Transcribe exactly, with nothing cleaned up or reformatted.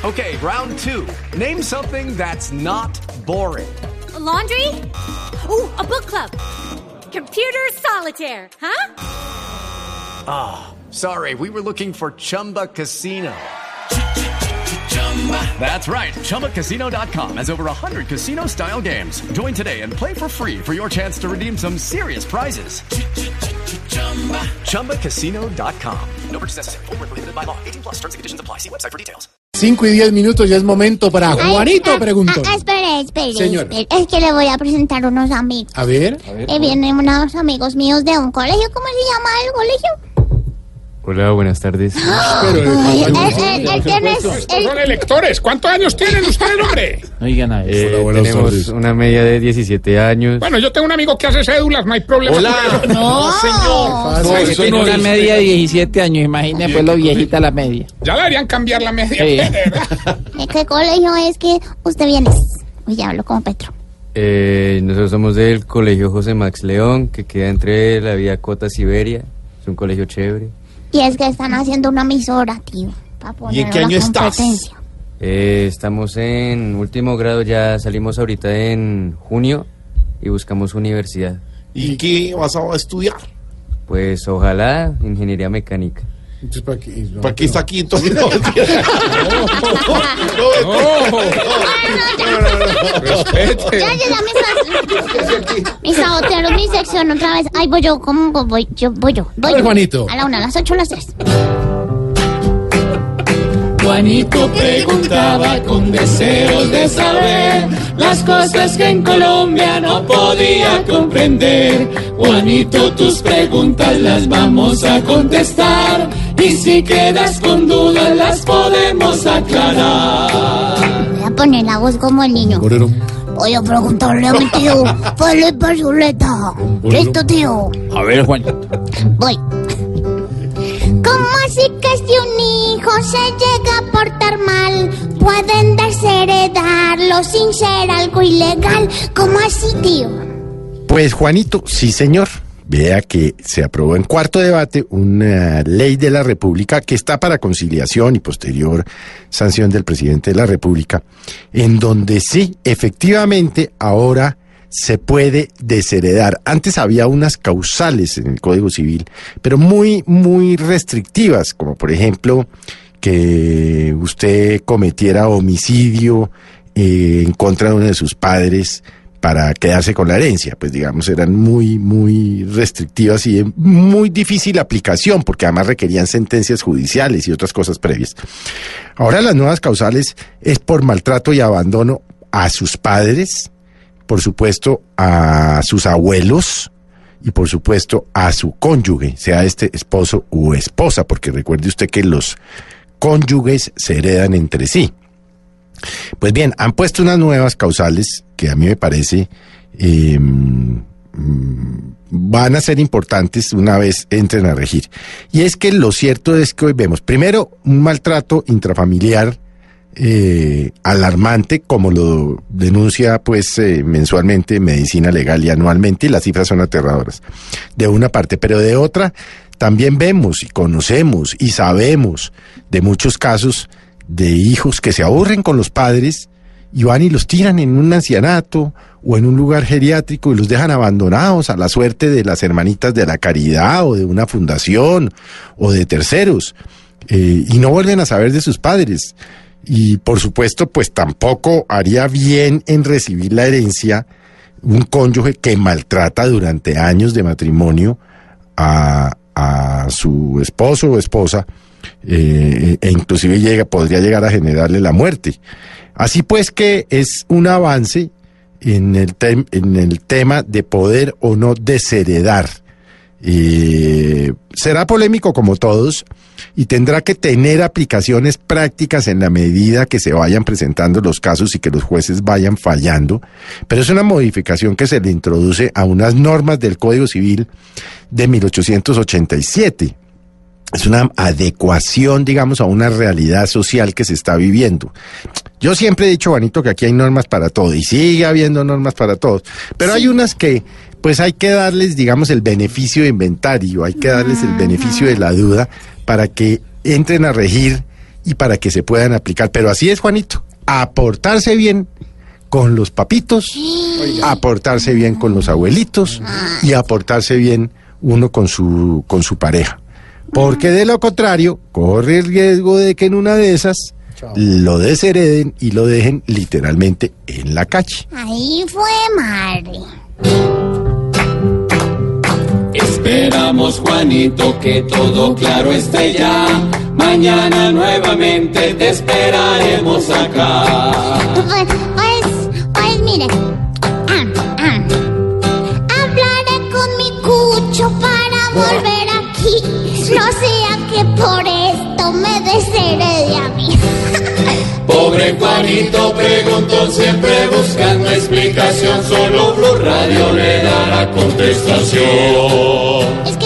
Okay, round two. Name something that's not boring. A laundry? Ooh, a book club. Computer solitaire, huh? Ah, oh, sorry, we were looking for Chumba Casino. That's right, Chumba Casino dot com has over one hundred casino-style games. Join today and play for free for your chance to redeem some serious prizes. Chumba Casino dot com. No purchase necessary. Void where prohibited by law. eighteen plus terms and conditions apply. See website for details. Cinco y diez minutos, ya es momento para Juanito, Ay, pregunto. Ah, espere, espere, Señor. espere. Es que le voy a presentar unos amigos. A ver. A ver eh, vienen unos amigos míos de un colegio. ¿Cómo se llama el colegio? Hola, buenas tardes. Pero, Ay, él, él, él tiene... Estos son electores. ¿Cuántos años tienen ustedes, hombre? Oigan, a ver. Hola, Eh, buenas tenemos tardes. una media de diecisiete años. Bueno, yo tengo un amigo que hace cédulas, no hay problema. Hola. con eso. No, señor. No, eso tiene no una es. media de diecisiete años, imagínese pues lo viejita la media. Ya deberían cambiar la media. Sí. ¿Verdad? ¿de qué colegio es que usted viene? Uy, ya hablo como Petro. Eh, nosotros somos del colegio José Max León, que queda entre la vía Cota Siberia. Es un colegio chévere. Y es que están haciendo una emisora, tío. Para poner ¿Y en qué la año estás? competencia. Eh, estamos en último grado, ya salimos ahorita en junio y buscamos universidad. ¿Y qué vas a estudiar? Pues ojalá ingeniería mecánica. Entonces, ¿para qué, ¿para qué está aquí entonces? No, Respete. Ya, ya, ya, mis, mis sabotearon mi sección otra vez. Ay, voy yo, ¿cómo voy yo? Voy yo, voy A ver, yo. Juanito. A la una, a las ocho, a las tres. Juanito preguntaba con deseos de saber las cosas que en Colombia no podía comprender. Juanito, tus preguntas las vamos a contestar y si quedas con dudas las podemos aclarar. Voy a poner la voz como el niño. Bolero. Voy a preguntarle a mi tío Felipe Zuleta. ¿Listo, tío? A ver, Juanito. Voy. ¿Cómo así que si un hijo se llega a portar mal, pueden desheredarlo sin ser algo ilegal? ¿Cómo así, tío? Pues Juanito, sí señor. Vea que se aprobó en cuarto debate una ley de la República que está para conciliación y posterior sanción del presidente de la República, en donde sí, efectivamente, ahora se puede desheredar. Antes había unas causales en el Código Civil, pero muy, muy restrictivas, como por ejemplo que usted cometiera homicidio eh, en contra de uno de sus padres para quedarse con la herencia, pues digamos eran muy, muy restrictivas y de muy difícil aplicación, porque además requerían sentencias judiciales y otras cosas previas. Ahora las nuevas causales es por maltrato y abandono a sus padres, por supuesto a sus abuelos y por supuesto a su cónyuge, sea este esposo u esposa, porque recuerde usted que los cónyuges se heredan entre sí. Pues bien, han puesto unas nuevas causales que a mí me parece eh, van a ser importantes una vez entren a regir. Y es que lo cierto es que hoy vemos, primero, un maltrato intrafamiliar eh, alarmante, como lo denuncia pues eh, mensualmente Medicina Legal y anualmente, y las cifras son aterradoras, de una parte, pero de otra, también vemos y conocemos y sabemos de muchos casos de hijos que se aburren con los padres y van y los tiran en un ancianato o en un lugar geriátrico y los dejan abandonados a la suerte de las hermanitas de la caridad o de una fundación o de terceros, eh, y no vuelven a saber de sus padres. Y por supuesto, pues tampoco haría bien en recibir la herencia un cónyuge que maltrata durante años de matrimonio a, a su esposo o esposa, Eh, e inclusive llega, podría llegar a generarle la muerte. Así pues que es un avance en el, tem en el tema de poder o no desheredar. Eh, será polémico como todos y tendrá que tener aplicaciones prácticas en la medida que se vayan presentando los casos y que los jueces vayan fallando, pero es una modificación que se le introduce a unas normas del Código Civil de mil ochocientos ochenta y siete. Es una adecuación, digamos, a una realidad social que se está viviendo. Yo siempre he dicho, Juanito, que aquí hay normas para todo, y sigue habiendo normas para todos, pero sí hay unas que, pues hay que darles, digamos, el beneficio de inventario, hay que darles el beneficio de la duda para que entren a regir y para que se puedan aplicar. Pero así es, Juanito, a portarse bien con los papitos, a portarse bien con los abuelitos y a portarse bien uno con su, con su pareja. Porque de lo contrario, corre el riesgo de que en una de esas lo deshereden y lo dejen literalmente en la calle. Ahí fue, madre. Esperamos, Juanito, que todo claro esté ya. Mañana nuevamente te esperaremos acá. Pues, pues, pues mire. Ah, ah. Hablaré con mi cucho para volver aquí. No sea que por esto me desherede a mí. Pobre Juanito preguntó, siempre buscando explicación. Solo Blue Radio le dará contestación. Es